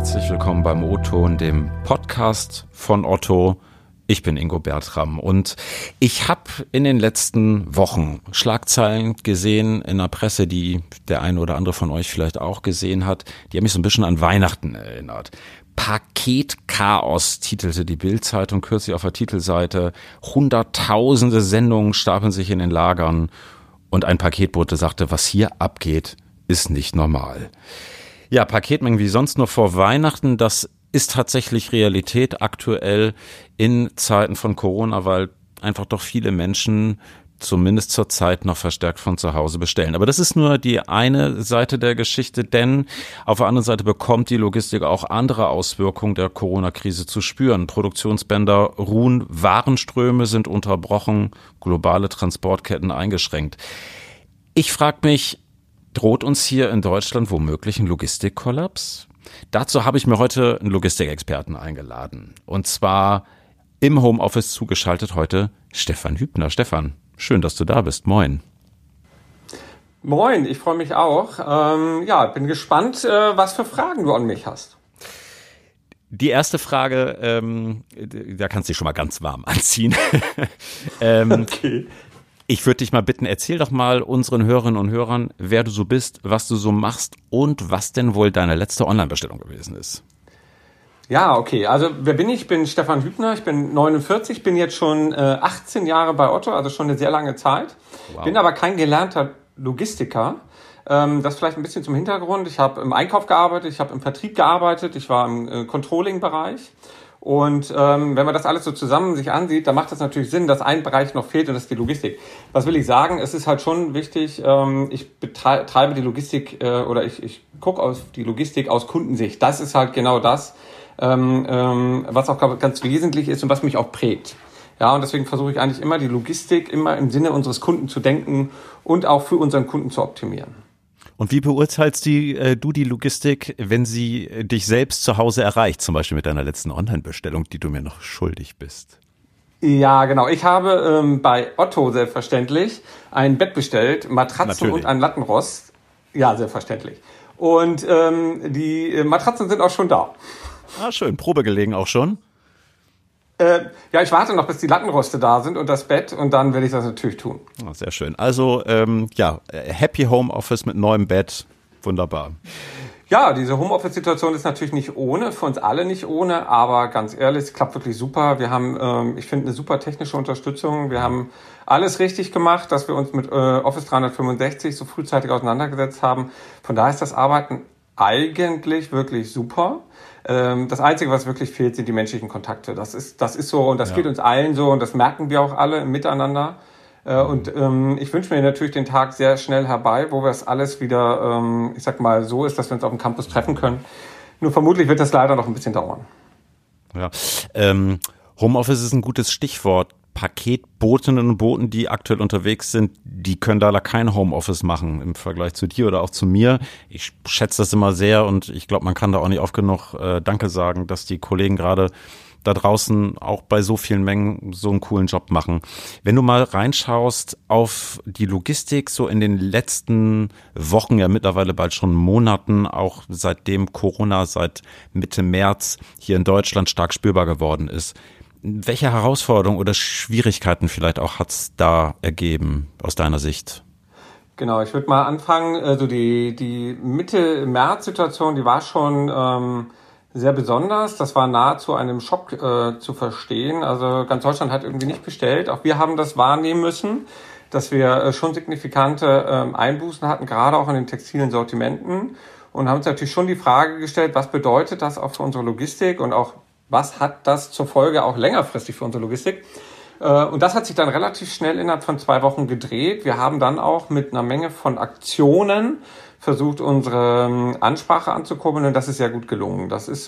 herzlich willkommen beim O-Ton, dem Podcast von Otto. Ich bin Ingo Bertram und ich habe in den letzten Wochen Schlagzeilen gesehen in der Presse, die der eine oder andere von euch vielleicht auch gesehen hat. Die haben mich so ein bisschen an Weihnachten erinnert. Paketchaos titelte die Bild-Zeitung kürzlich auf der Titelseite. Hunderttausende Sendungen stapeln sich in den Lagern und ein Paketbote sagte, was hier abgeht, ist nicht normal. Ja, Paketmengen wie sonst nur vor Weihnachten, das ist tatsächlich Realität aktuell in Zeiten von Corona, weil einfach doch viele Menschen zumindest zur Zeit noch verstärkt von zu Hause bestellen. Aber das ist nur die eine Seite der Geschichte, denn auf der anderen Seite bekommt die Logistik auch andere Auswirkungen der Corona-Krise zu spüren. Produktionsbänder ruhen, Warenströme sind unterbrochen, globale Transportketten eingeschränkt. Ich frage mich, droht uns hier in Deutschland womöglich ein Logistikkollaps? Dazu habe ich mir heute einen Logistikexperten eingeladen. Und zwar im Homeoffice zugeschaltet heute Stefan Hübner. Stefan, schön, dass du da bist. Moin. Moin, ich freue mich auch. Bin gespannt, was für Fragen du an mich hast. Die erste Frage, da kannst du dich schon mal ganz warm anziehen. Okay. Ich würde dich mal bitten, erzähl doch mal unseren Hörerinnen und Hörern, wer du so bist, was du so machst und was denn wohl deine letzte Online-Bestellung gewesen ist. Ja, okay. Also wer bin ich? Ich bin Stefan Hübner, ich bin 49, bin jetzt schon 18 Jahre bei Otto, also schon eine sehr lange Zeit. Wow. Bin aber kein gelernter Logistiker. Das vielleicht ein bisschen zum Hintergrund. Ich habe im Einkauf gearbeitet, ich habe im Vertrieb gearbeitet, ich war im Controlling-Bereich. Und wenn man das alles so zusammen sich ansieht, dann macht es natürlich Sinn, dass ein Bereich noch fehlt und das ist die Logistik. Was will ich sagen? Es ist halt schon wichtig, ich betreibe die Logistik oder ich gucke auf die Logistik aus Kundensicht. Das ist halt genau das, was auch ganz wesentlich ist und was mich auch prägt. Ja, und deswegen versuche ich eigentlich immer die Logistik immer im Sinne unseres Kunden zu denken und auch für unseren Kunden zu optimieren. Und wie beurteilst du die Logistik, wenn sie dich selbst zu Hause erreicht, zum Beispiel mit deiner letzten Online-Bestellung, die du mir noch schuldig bist? Ja, genau. Ich habe bei Otto selbstverständlich ein Bett bestellt, Matratzen Natürlich. Und ein Lattenrost. Ja, selbstverständlich. Und die Matratzen sind auch schon da. Ah, schön. Probe gelegen auch schon? Ich warte noch, bis die Lattenroste da sind und das Bett und dann werde ich das natürlich tun. Oh, sehr schön. Also, Happy Homeoffice mit neuem Bett. Wunderbar. Ja, diese Homeoffice-Situation ist natürlich nicht ohne, für uns alle nicht ohne, aber ganz ehrlich, es klappt wirklich super. Wir haben, ich finde, eine super technische Unterstützung. Wir haben alles richtig gemacht, dass wir uns mit Office 365 so frühzeitig auseinandergesetzt haben. Von daher ist das Arbeiten eigentlich wirklich super. Das Einzige, was wirklich fehlt, sind die menschlichen Kontakte. Das ist so und das geht uns allen so und das merken wir auch alle im Miteinander. Ich wünsche mir natürlich den Tag sehr schnell herbei, wo das alles wieder, so ist, dass wir uns auf dem Campus treffen können. Nur vermutlich wird das leider noch ein bisschen dauern. Ja, Homeoffice ist ein gutes Stichwort. Paketbotinnen und Boten, die aktuell unterwegs sind, die können da kein Homeoffice machen im Vergleich zu dir oder auch zu mir. Ich schätze das immer sehr und ich glaube, man kann da auch nicht oft genug Danke sagen, dass die Kollegen gerade da draußen auch bei so vielen Mengen so einen coolen Job machen. Wenn du mal reinschaust auf die Logistik, so in den letzten Wochen, ja mittlerweile bald schon Monaten, auch seitdem Corona seit Mitte März hier in Deutschland stark spürbar geworden ist, welche Herausforderungen oder Schwierigkeiten vielleicht auch hat es da ergeben aus deiner Sicht? Genau, ich würde mal anfangen. Also die Mitte-März-Situation, die war schon sehr besonders. Das war nahezu einem Schock zu verstehen. Also ganz Deutschland hat irgendwie nicht bestellt. Auch wir haben das wahrnehmen müssen, dass wir schon signifikante Einbußen hatten, gerade auch in den textilen Sortimenten. Und haben uns natürlich schon die Frage gestellt, was bedeutet das auch für unsere Logistik und auch was hat das zur Folge auch längerfristig für unsere Logistik? Und das hat sich dann relativ schnell innerhalb von 2 Wochen gedreht. Wir haben dann auch mit einer Menge von Aktionen versucht, unsere Ansprache anzukurbeln und das ist sehr gut gelungen. Das ist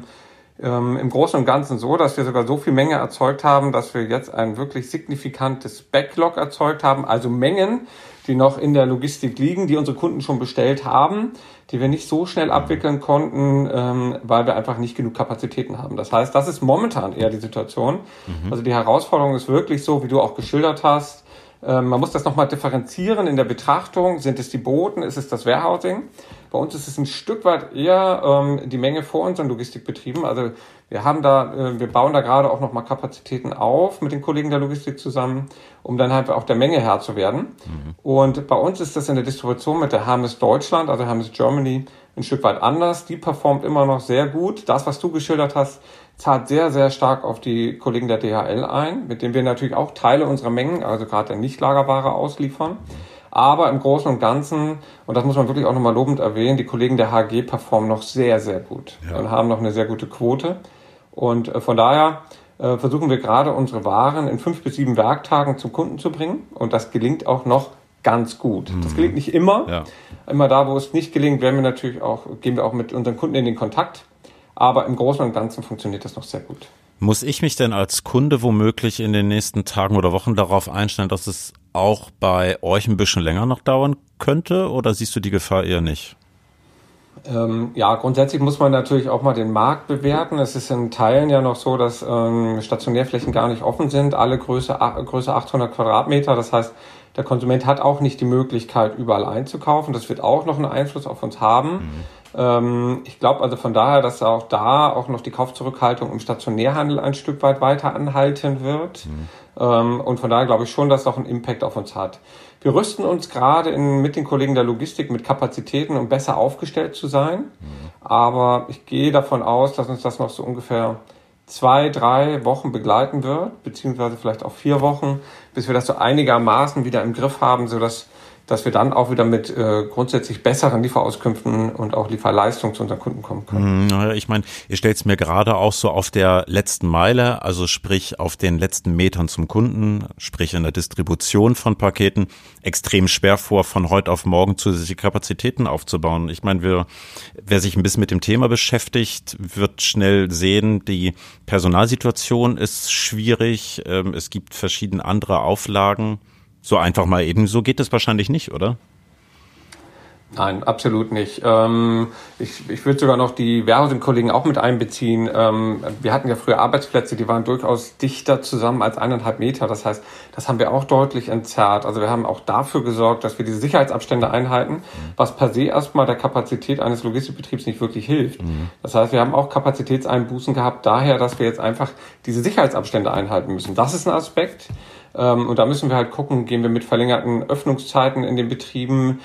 im Großen und Ganzen so, dass wir sogar so viel Menge erzeugt haben, dass wir jetzt ein wirklich signifikantes Backlog erzeugt haben, also Mengen, die noch in der Logistik liegen, die unsere Kunden schon bestellt haben, die wir nicht so schnell abwickeln konnten, weil wir einfach nicht genug Kapazitäten haben. Das heißt, das ist momentan eher die Situation. Also die Herausforderung ist wirklich so, wie du auch geschildert hast, Man muss das nochmal differenzieren in der Betrachtung. Sind es die Boten? Ist es das Warehousing? Bei uns ist es ein Stück weit eher die Menge vor unseren Logistikbetrieben. Also wir bauen da gerade auch nochmal Kapazitäten auf mit den Kollegen der Logistik zusammen, um dann halt auch der Menge Herr zu werden. Und bei uns ist das in der Distribution mit der Hermes Deutschland, also Hermes Germany, ein Stück weit anders. Die performt immer noch sehr gut. Das, was du geschildert hast, zahlt sehr, sehr stark auf die Kollegen der DHL ein, mit denen wir natürlich auch Teile unserer Mengen, also gerade der Nichtlagerware, ausliefern. Aber im Großen und Ganzen, und das muss man wirklich auch nochmal lobend erwähnen, die Kollegen der HG performen noch sehr, sehr gut und haben noch eine sehr gute Quote. Und von daher versuchen wir gerade unsere Waren in 5 bis 7 Werktagen zum Kunden zu bringen. Und das gelingt auch noch ganz gut. Das gelingt nicht immer. Ja. Immer da, wo es nicht gelingt, gehen wir auch mit unseren Kunden in den Kontakt. Aber im Großen und Ganzen funktioniert das noch sehr gut. Muss ich mich denn als Kunde womöglich in den nächsten Tagen oder Wochen darauf einstellen, dass es auch bei euch ein bisschen länger noch dauern könnte? Oder siehst du die Gefahr eher nicht? Ja, grundsätzlich muss man natürlich auch mal den Markt bewerten. Es ist in Teilen ja noch so, dass Stationärflächen gar nicht offen sind, alle Größe 800 Quadratmeter. Das heißt, der Konsument hat auch nicht die Möglichkeit, überall einzukaufen. Das wird auch noch einen Einfluss auf uns haben. Ich glaube also von daher, dass auch da auch noch die Kaufzurückhaltung im Stationärhandel ein Stück weit weiter anhalten wird. Und von daher glaube ich schon, dass das auch einen Impact auf uns hat. Wir rüsten uns gerade mit den Kollegen der Logistik mit Kapazitäten, um besser aufgestellt zu sein. Aber ich gehe davon aus, dass uns das noch so ungefähr 2-3 Wochen begleiten wird, beziehungsweise vielleicht auch 4 Wochen, bis wir das so einigermaßen wieder im Griff haben, sodass wir dann auch wieder mit grundsätzlich besseren Lieferauskünften und auch Lieferleistung zu unseren Kunden kommen können. Ich meine, ihr stellt es mir gerade auch so auf der letzten Meile, also sprich auf den letzten Metern zum Kunden, sprich in der Distribution von Paketen, extrem schwer vor, von heute auf morgen zusätzliche Kapazitäten aufzubauen. Ich meine, wer sich ein bisschen mit dem Thema beschäftigt, wird schnell sehen, die Personalsituation ist schwierig, es gibt verschiedene andere Auflagen. So einfach mal eben, so geht es wahrscheinlich nicht, oder? Nein, absolut nicht. Ich würde sogar noch die Warehousing-Kollegen auch mit einbeziehen. Wir hatten ja früher Arbeitsplätze, die waren durchaus dichter zusammen als 1,5 Meter. Das heißt, das haben wir auch deutlich entzerrt. Also wir haben auch dafür gesorgt, dass wir diese Sicherheitsabstände einhalten, was per se erstmal der Kapazität eines Logistikbetriebs nicht wirklich hilft. Das heißt, wir haben auch Kapazitätseinbußen gehabt, daher, dass wir jetzt einfach diese Sicherheitsabstände einhalten müssen. Das ist ein Aspekt. Und da müssen wir halt gucken, gehen wir mit verlängerten Öffnungszeiten in den Betrieben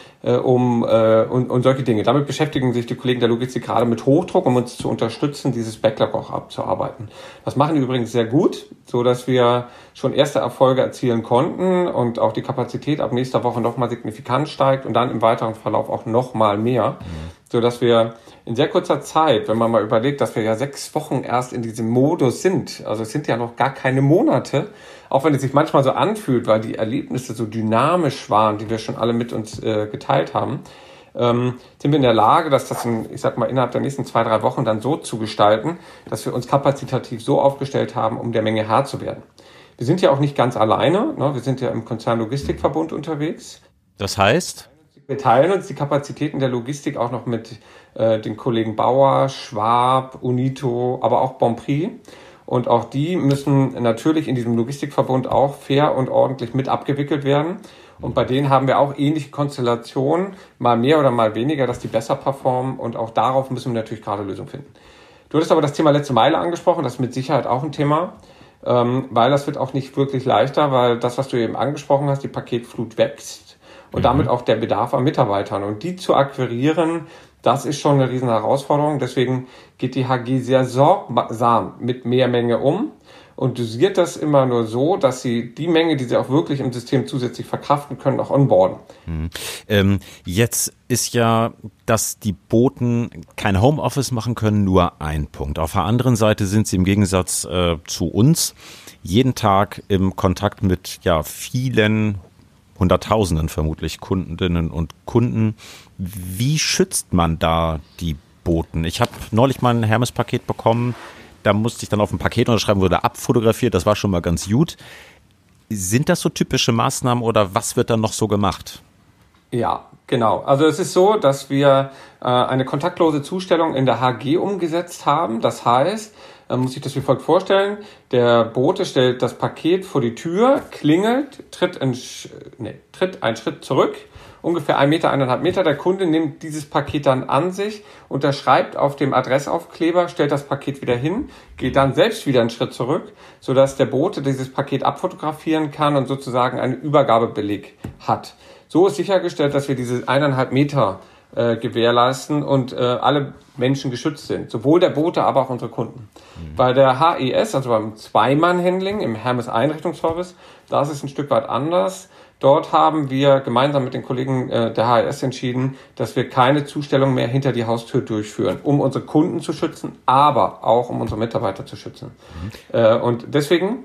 und solche Dinge. Damit beschäftigen sich die Kollegen der Logistik gerade mit Hochdruck, um uns zu unterstützen, dieses Backlog auch abzuarbeiten. Das machen die übrigens sehr gut, so dass wir schon erste Erfolge erzielen konnten und auch die Kapazität ab nächster Woche nochmal signifikant steigt und dann im weiteren Verlauf auch nochmal mehr, so dass wir in sehr kurzer Zeit, wenn man mal überlegt, dass wir ja 6 Wochen erst in diesem Modus sind, also es sind ja noch gar keine Monate, auch wenn es sich manchmal so anfühlt, weil die Erlebnisse so dynamisch waren, die wir schon alle mit uns geteilt haben, sind wir in der Lage, dass das innerhalb der nächsten 2-3 Wochen dann so zu gestalten, dass wir uns kapazitativ so aufgestellt haben, um der Menge Herr zu werden. Wir sind ja auch nicht ganz alleine, ne? Wir sind ja im Konzern Logistikverbund unterwegs. Das heißt? Wir teilen uns die Kapazitäten der Logistik auch noch mit den Kollegen Bauer, Schwab, Unito, aber auch Bonprix. Und auch die müssen natürlich in diesem Logistikverbund auch fair und ordentlich mit abgewickelt werden. Und bei denen haben wir auch ähnliche Konstellationen, mal mehr oder mal weniger, dass die besser performen. Und auch darauf müssen wir natürlich gerade Lösungen finden. Du hattest aber das Thema letzte Meile angesprochen. Das ist mit Sicherheit auch ein Thema, weil das wird auch nicht wirklich leichter, weil das, was du eben angesprochen hast, die Paketflut wächst und damit auch der Bedarf an Mitarbeitern. Und die zu akquirieren, das ist schon eine riesen Herausforderung. Deswegen geht die HG sehr sorgsam mit mehr Menge um und dosiert das immer nur so, dass sie die Menge, die sie auch wirklich im System zusätzlich verkraften können, auch onboarden. Jetzt ist ja, dass die Boten kein Homeoffice machen können, nur ein Punkt. Auf der anderen Seite sind sie im Gegensatz zu uns jeden Tag im Kontakt mit vielen Hunderttausenden vermutlich Kundinnen und Kunden. Wie schützt man da die Boten? Ich habe neulich mal ein Hermes-Paket bekommen, da musste ich dann auf ein Paket unterschreiben, wurde abfotografiert, das war schon mal ganz gut. Sind das so typische Maßnahmen oder was wird dann noch so gemacht? Ja, genau. Also es ist so, dass wir eine kontaktlose Zustellung in der HG umgesetzt haben. Das heißt, muss sich das wie folgt vorstellen. Der Bote stellt das Paket vor die Tür, klingelt, tritt einen Schritt zurück, ungefähr 1,5 Meter. Der Kunde nimmt dieses Paket dann an sich, unterschreibt auf dem Adressaufkleber, stellt das Paket wieder hin, geht dann selbst wieder einen Schritt zurück, sodass der Bote dieses Paket abfotografieren kann und sozusagen einen Übergabebeleg hat. So ist sichergestellt, dass wir diese 1,5 Meter gewährleisten und alle Menschen geschützt sind. Sowohl der Bote, aber auch unsere Kunden. Bei der HES, also beim Zweimann-Handling, im Hermes Einrichtungsservice, da ist es ein Stück weit anders. Dort haben wir gemeinsam mit den Kollegen der HES entschieden, dass wir keine Zustellung mehr hinter die Haustür durchführen, um unsere Kunden zu schützen, aber auch um unsere Mitarbeiter zu schützen. Und deswegen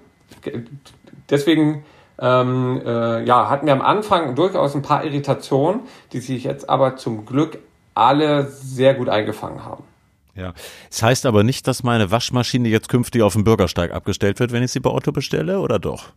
hatten wir am Anfang durchaus ein paar Irritationen, die sich jetzt aber zum Glück alle sehr gut eingefangen haben. Ja, es heißt aber nicht, dass meine Waschmaschine jetzt künftig auf dem Bürgersteig abgestellt wird, wenn ich sie bei Otto bestelle, oder doch?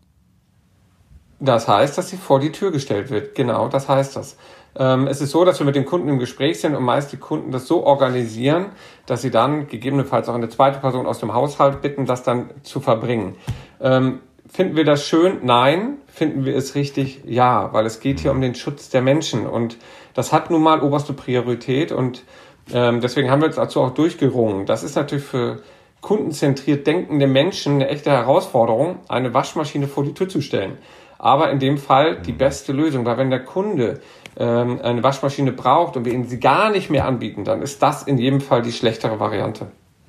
Das heißt, dass sie vor die Tür gestellt wird. Genau, das heißt das. Es ist so, dass wir mit den Kunden im Gespräch sind und meist die Kunden das so organisieren, dass sie dann gegebenenfalls auch eine zweite Person aus dem Haushalt bitten, das dann zu verbringen. Finden wir das schön? Nein. Finden wir es richtig? Ja, weil es geht hier um den Schutz der Menschen und das hat nun mal oberste Priorität und deswegen haben wir uns dazu auch durchgerungen. Das ist natürlich für kundenzentriert denkende Menschen eine echte Herausforderung, eine Waschmaschine vor die Tür zu stellen. Aber in dem Fall die beste Lösung, weil wenn der Kunde eine Waschmaschine braucht und wir ihm sie gar nicht mehr anbieten, dann ist das in jedem Fall die schlechtere Variante.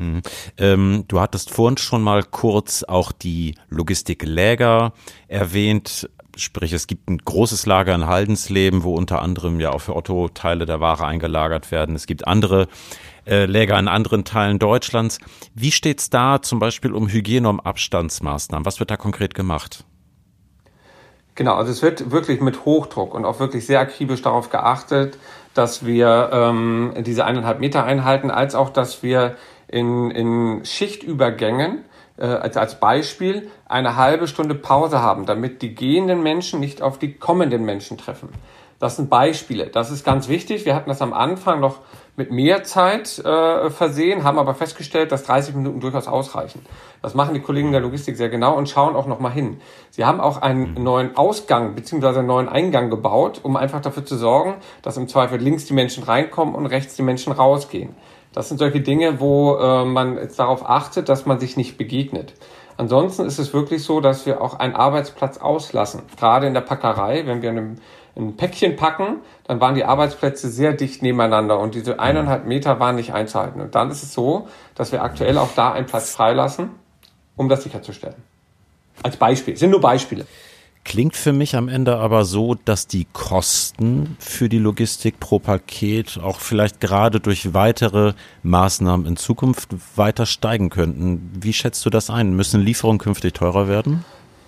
Du hattest vorhin schon mal kurz auch die Logistikläger erwähnt, sprich es gibt ein großes Lager in Haldensleben, wo unter anderem ja auch für Otto Teile der Ware eingelagert werden. Es gibt andere Läger in anderen Teilen Deutschlands. Wie steht's da zum Beispiel um Hygiene- und Abstandsmaßnahmen? Was wird da konkret gemacht? Genau, also es wird wirklich mit Hochdruck und auch wirklich sehr akribisch darauf geachtet, dass wir diese 1,5 Meter einhalten, als auch, dass wir in Schichtübergängen als Beispiel eine halbe Stunde Pause haben, damit die gehenden Menschen nicht auf die kommenden Menschen treffen. Das sind Beispiele. Das ist ganz wichtig. Wir hatten das am Anfang noch mit mehr Zeit versehen, haben aber festgestellt, dass 30 Minuten durchaus ausreichen. Das machen die Kollegen der Logistik sehr genau und schauen auch nochmal hin. Sie haben auch einen neuen Ausgang bzw. einen neuen Eingang gebaut, um einfach dafür zu sorgen, dass im Zweifel links die Menschen reinkommen und rechts die Menschen rausgehen. Das sind solche Dinge, wo man jetzt darauf achtet, dass man sich nicht begegnet. Ansonsten ist es wirklich so, dass wir auch einen Arbeitsplatz auslassen. Gerade in der Packerei, wenn wir ein Päckchen packen, dann waren die Arbeitsplätze sehr dicht nebeneinander und diese 1,5 Meter waren nicht einzuhalten. Und dann ist es so, dass wir aktuell auch da einen Platz freilassen, um das sicherzustellen. Als Beispiel, sind nur Beispiele. Klingt für mich am Ende aber so, dass die Kosten für die Logistik pro Paket auch vielleicht gerade durch weitere Maßnahmen in Zukunft weiter steigen könnten. Wie schätzt du das ein? Müssen Lieferungen künftig teurer werden?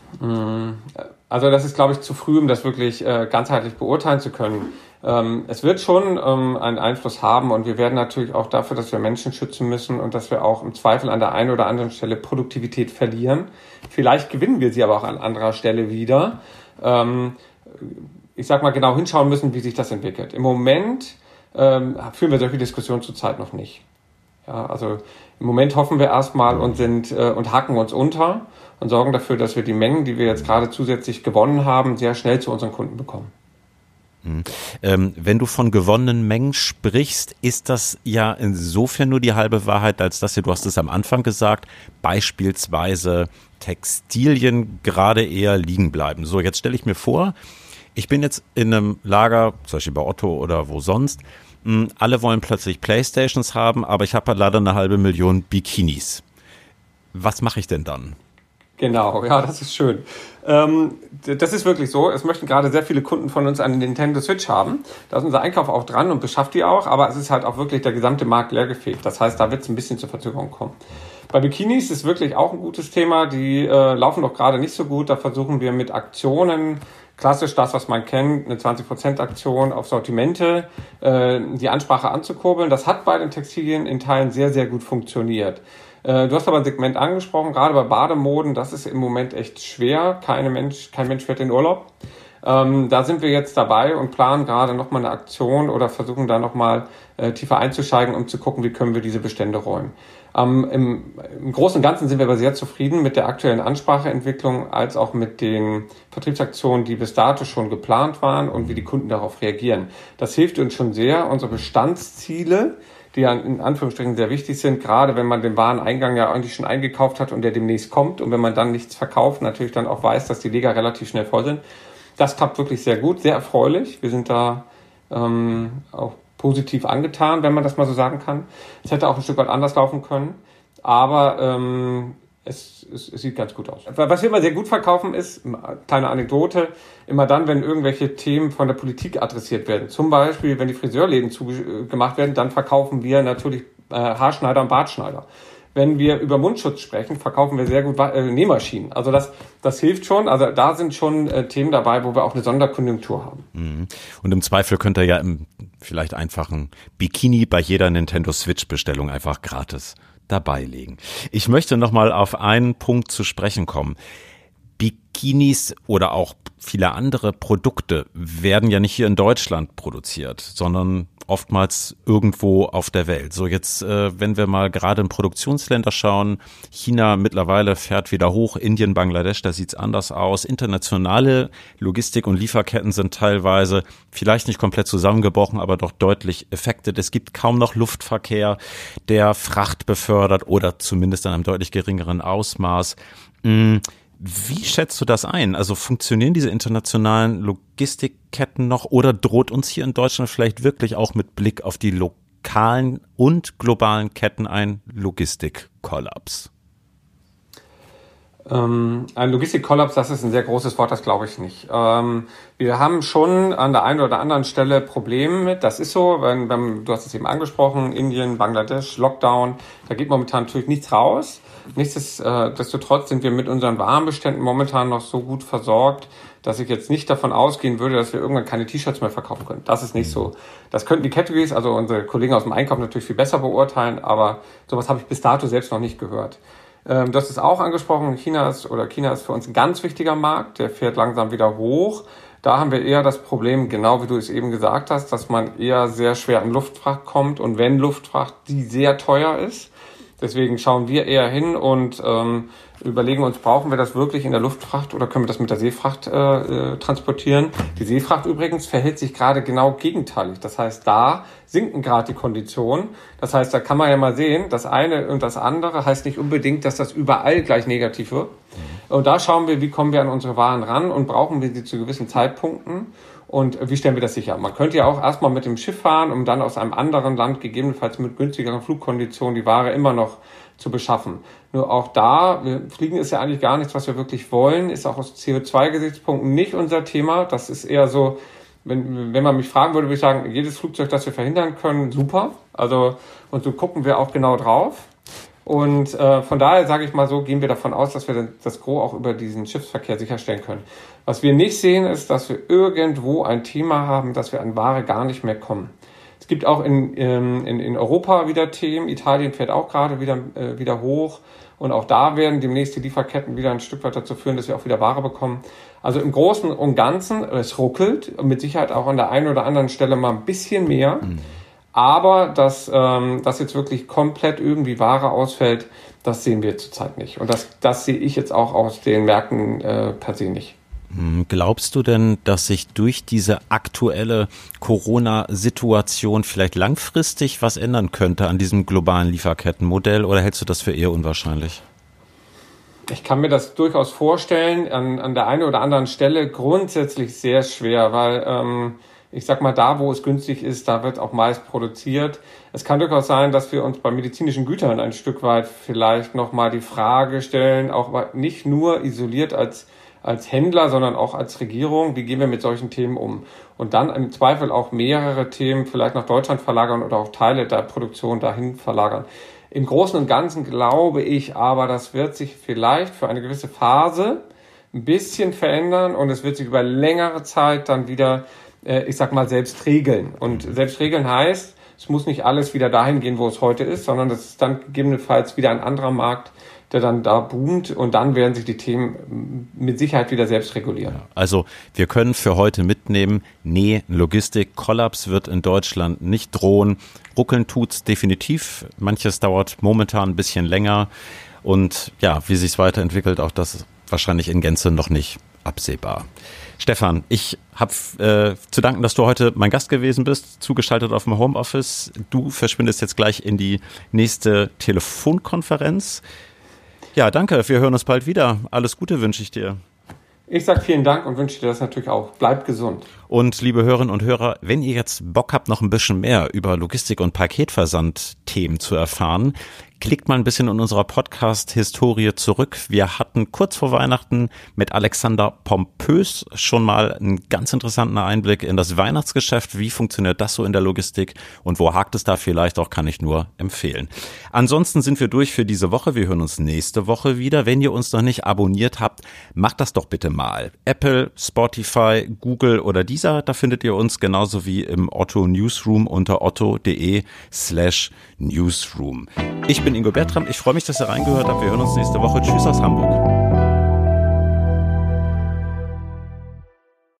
Also das ist, glaube ich, zu früh, um das wirklich ganzheitlich beurteilen zu können. Es wird schon einen Einfluss haben und wir werden natürlich auch dafür, dass wir Menschen schützen müssen und dass wir auch im Zweifel an der einen oder anderen Stelle Produktivität verlieren. Vielleicht gewinnen wir sie aber auch an anderer Stelle wieder. Ich sag mal, genau hinschauen müssen, wie sich das entwickelt. Im Moment führen wir solche Diskussionen zurzeit noch nicht. Ja, also im Moment hoffen wir erstmal und hacken uns unter und sorgen dafür, dass wir die Mengen, die wir jetzt gerade zusätzlich gewonnen haben, sehr schnell zu unseren Kunden bekommen. Wenn du von gewonnenen Mengen sprichst, ist das ja insofern nur die halbe Wahrheit, als dass du hast es am Anfang gesagt, beispielsweise Textilien gerade eher liegen bleiben. So, jetzt stelle ich mir vor, ich bin jetzt in einem Lager, zum Beispiel bei Otto oder wo sonst, alle wollen plötzlich Playstations haben, aber ich habe leider 500.000 Bikinis. Was mache ich denn dann? Genau, ja, das ist schön. Das ist wirklich so. Es möchten gerade sehr viele Kunden von uns einen Nintendo Switch haben. Da ist unser Einkauf auch dran und beschafft die auch, aber es ist halt auch wirklich der gesamte Markt leergefegt. Das heißt, da wird es ein bisschen zur Verzögerung kommen. Bei Bikinis ist wirklich auch ein gutes Thema. Die laufen doch gerade nicht so gut. Da versuchen wir mit Aktionen, klassisch das, was man kennt, eine 20% Aktion auf Sortimente, die Ansprache anzukurbeln. Das hat bei den Textilien in Teilen sehr, sehr gut funktioniert. Du hast aber ein Segment angesprochen, gerade bei Bademoden, das ist im Moment echt schwer. Kein Mensch fährt in Urlaub. Da sind wir jetzt dabei und planen gerade nochmal eine Aktion oder versuchen da nochmal tiefer einzusteigen, um zu gucken, wie können wir diese Bestände räumen. Im Großen und Ganzen sind wir aber sehr zufrieden mit der aktuellen Anspracheentwicklung als auch mit den Vertriebsaktionen, die bis dato schon geplant waren und wie die Kunden darauf reagieren. Das hilft uns schon sehr, unsere Bestandsziele, die ja in Anführungsstrichen sehr wichtig sind, gerade wenn man den Wareneingang ja eigentlich schon eingekauft hat und der demnächst kommt und wenn man dann nichts verkauft, natürlich dann auch weiß, dass die Lager relativ schnell voll sind. Das klappt wirklich sehr gut, sehr erfreulich. Wir sind da auch positiv angetan, wenn man das mal so sagen kann. Es hätte auch ein Stück weit anders laufen können, aber es sieht ganz gut aus. Was wir immer sehr gut verkaufen ist, kleine Anekdote, immer dann, wenn irgendwelche Themen von der Politik adressiert werden. Zum Beispiel, wenn die Friseurläden zugemacht werden, dann verkaufen wir natürlich Haarschneider und Bartschneider. Wenn wir über Mundschutz sprechen, verkaufen wir sehr gut Nähmaschinen. Also das hilft schon. Also da sind schon Themen dabei, wo wir auch eine Sonderkonjunktur haben. Und im Zweifel könnt ihr ja im vielleicht einfachen Bikini bei jeder Nintendo Switch-Bestellung einfach gratis dabei legen. Ich möchte nochmal auf einen Punkt zu sprechen kommen. Bikinis oder auch viele andere Produkte werden ja nicht hier in Deutschland produziert, sondern oftmals irgendwo auf der Welt. So jetzt, wenn wir mal gerade in Produktionsländer schauen, China mittlerweile fährt wieder hoch, Indien, Bangladesch, da sieht's anders aus. Internationale Logistik- und Lieferketten sind teilweise vielleicht nicht komplett zusammengebrochen, aber doch deutlich affected. Es gibt kaum noch Luftverkehr, der Fracht befördert oder zumindest in einem deutlich geringeren Ausmaß. Wie schätzt du das ein? Also funktionieren diese internationalen Logistikketten noch oder droht uns hier in Deutschland vielleicht wirklich auch mit Blick auf die lokalen und globalen Ketten ein Logistikkollaps? Ein Logistikkollaps, das ist ein sehr großes Wort, das glaube ich nicht. Wir haben schon an der einen oder anderen Stelle Probleme mit. Das ist so, wenn du hast es eben angesprochen, Indien, Bangladesch, Lockdown, da geht momentan natürlich nichts raus. Nichtsdestotrotz sind wir mit unseren Warenbeständen momentan noch so gut versorgt, dass ich jetzt nicht davon ausgehen würde, dass wir irgendwann keine T-Shirts mehr verkaufen können. Das ist nicht so. Das könnten die Categories, also unsere Kollegen aus dem Einkauf natürlich viel besser beurteilen, aber sowas habe ich bis dato selbst noch nicht gehört. Du hast es auch angesprochen, China ist für uns ein ganz wichtiger Markt, der fährt langsam wieder hoch. Da haben wir eher das Problem, genau wie du es eben gesagt hast, dass man eher sehr schwer an Luftfracht kommt und wenn Luftfracht, die sehr teuer ist. Deswegen schauen wir eher hin und überlegen uns, brauchen wir das wirklich in der Luftfracht oder können wir das mit der Seefracht transportieren? Die Seefracht übrigens verhält sich gerade genau gegenteilig. Das heißt, da sinken gerade die Konditionen. Das heißt, da kann man ja mal sehen, das eine und das andere heißt nicht unbedingt, dass das überall gleich negativ wird. Und da schauen wir, wie kommen wir an unsere Waren ran und brauchen wir sie zu gewissen Zeitpunkten und wie stellen wir das sicher? Man könnte ja auch erstmal mit dem Schiff fahren, um dann aus einem anderen Land gegebenenfalls mit günstigeren Flugkonditionen die Ware immer noch zu beschaffen. Nur auch da, Fliegen ist ja eigentlich gar nichts, was wir wirklich wollen, ist auch aus CO2-Gesichtspunkten nicht unser Thema. Das ist eher so, wenn man mich fragen würde, würde ich sagen, jedes Flugzeug, das wir verhindern können, super. Also, und so gucken wir auch genau drauf. Und von daher, sage ich mal so, gehen wir davon aus, dass wir das Gros auch über diesen Schiffsverkehr sicherstellen können. Was wir nicht sehen, ist, dass wir irgendwo ein Thema haben, dass wir an Ware gar nicht mehr kommen. Es gibt auch in Europa wieder Themen. Italien fährt auch gerade wieder hoch. Und auch da werden demnächst die Lieferketten wieder ein Stück weit dazu führen, dass wir auch wieder Ware bekommen. Also im Großen und Ganzen, es ruckelt. Mit Sicherheit auch an der einen oder anderen Stelle mal ein bisschen mehr. Aber dass jetzt wirklich komplett irgendwie Ware ausfällt, das sehen wir zurzeit nicht. Und das sehe ich jetzt auch aus den Märkten per se nicht. Glaubst du denn, dass sich durch diese aktuelle Corona-Situation vielleicht langfristig was ändern könnte an diesem globalen Lieferkettenmodell oder hältst du das für eher unwahrscheinlich? Ich kann mir das durchaus vorstellen, an der einen oder anderen Stelle grundsätzlich sehr schwer, weil ich sag mal, da, wo es günstig ist, da wird auch meist produziert. Es kann durchaus sein, dass wir uns bei medizinischen Gütern ein Stück weit vielleicht nochmal die Frage stellen, auch nicht nur isoliert als Händler, sondern auch als Regierung, wie gehen wir mit solchen Themen um? Und dann im Zweifel auch mehrere Themen vielleicht nach Deutschland verlagern oder auch Teile der Produktion dahin verlagern. Im Großen und Ganzen glaube ich aber, das wird sich vielleicht für eine gewisse Phase ein bisschen verändern und es wird sich über längere Zeit dann wieder, ich sag mal, selbst regeln. Und selbst regeln heißt, es muss nicht alles wieder dahin gehen, wo es heute ist, sondern das ist dann gegebenenfalls wieder ein anderer Markt, der dann da boomt und dann werden sich die Themen mit Sicherheit wieder selbst regulieren. Also wir können für heute mitnehmen, nee, Logistikkollaps wird in Deutschland nicht drohen. Ruckeln tut's definitiv. Manches dauert momentan ein bisschen länger. Und ja, wie sich's weiterentwickelt, auch das wahrscheinlich in Gänze noch nicht absehbar. Stefan, ich habe zu danken, dass du heute mein Gast gewesen bist, zugeschaltet auf dem Homeoffice. Du verschwindest jetzt gleich in die nächste Telefonkonferenz. Ja, danke. Wir hören uns bald wieder. Alles Gute wünsche ich dir. Ich sage vielen Dank und wünsche dir das natürlich auch. Bleib gesund. Und liebe Hörerinnen und Hörer, wenn ihr jetzt Bock habt, noch ein bisschen mehr über Logistik- und Paketversand-Themen zu erfahren, klickt mal ein bisschen in unserer Podcast-Historie zurück. Wir hatten kurz vor Weihnachten mit Alexander Pompös schon mal einen ganz interessanten Einblick in das Weihnachtsgeschäft. Wie funktioniert das so in der Logistik und wo hakt es da vielleicht auch, kann ich nur empfehlen. Ansonsten sind wir durch für diese Woche. Wir hören uns nächste Woche wieder. Wenn ihr uns noch nicht abonniert habt, macht das doch bitte mal. Apple, Spotify, Google oder Deezer, da findet ihr uns genauso wie im Otto Newsroom unter otto.de/newsroom. Ich bin Ingo Bertram. Ich freue mich, dass ihr reingehört habt. Wir hören uns nächste Woche. Tschüss aus Hamburg.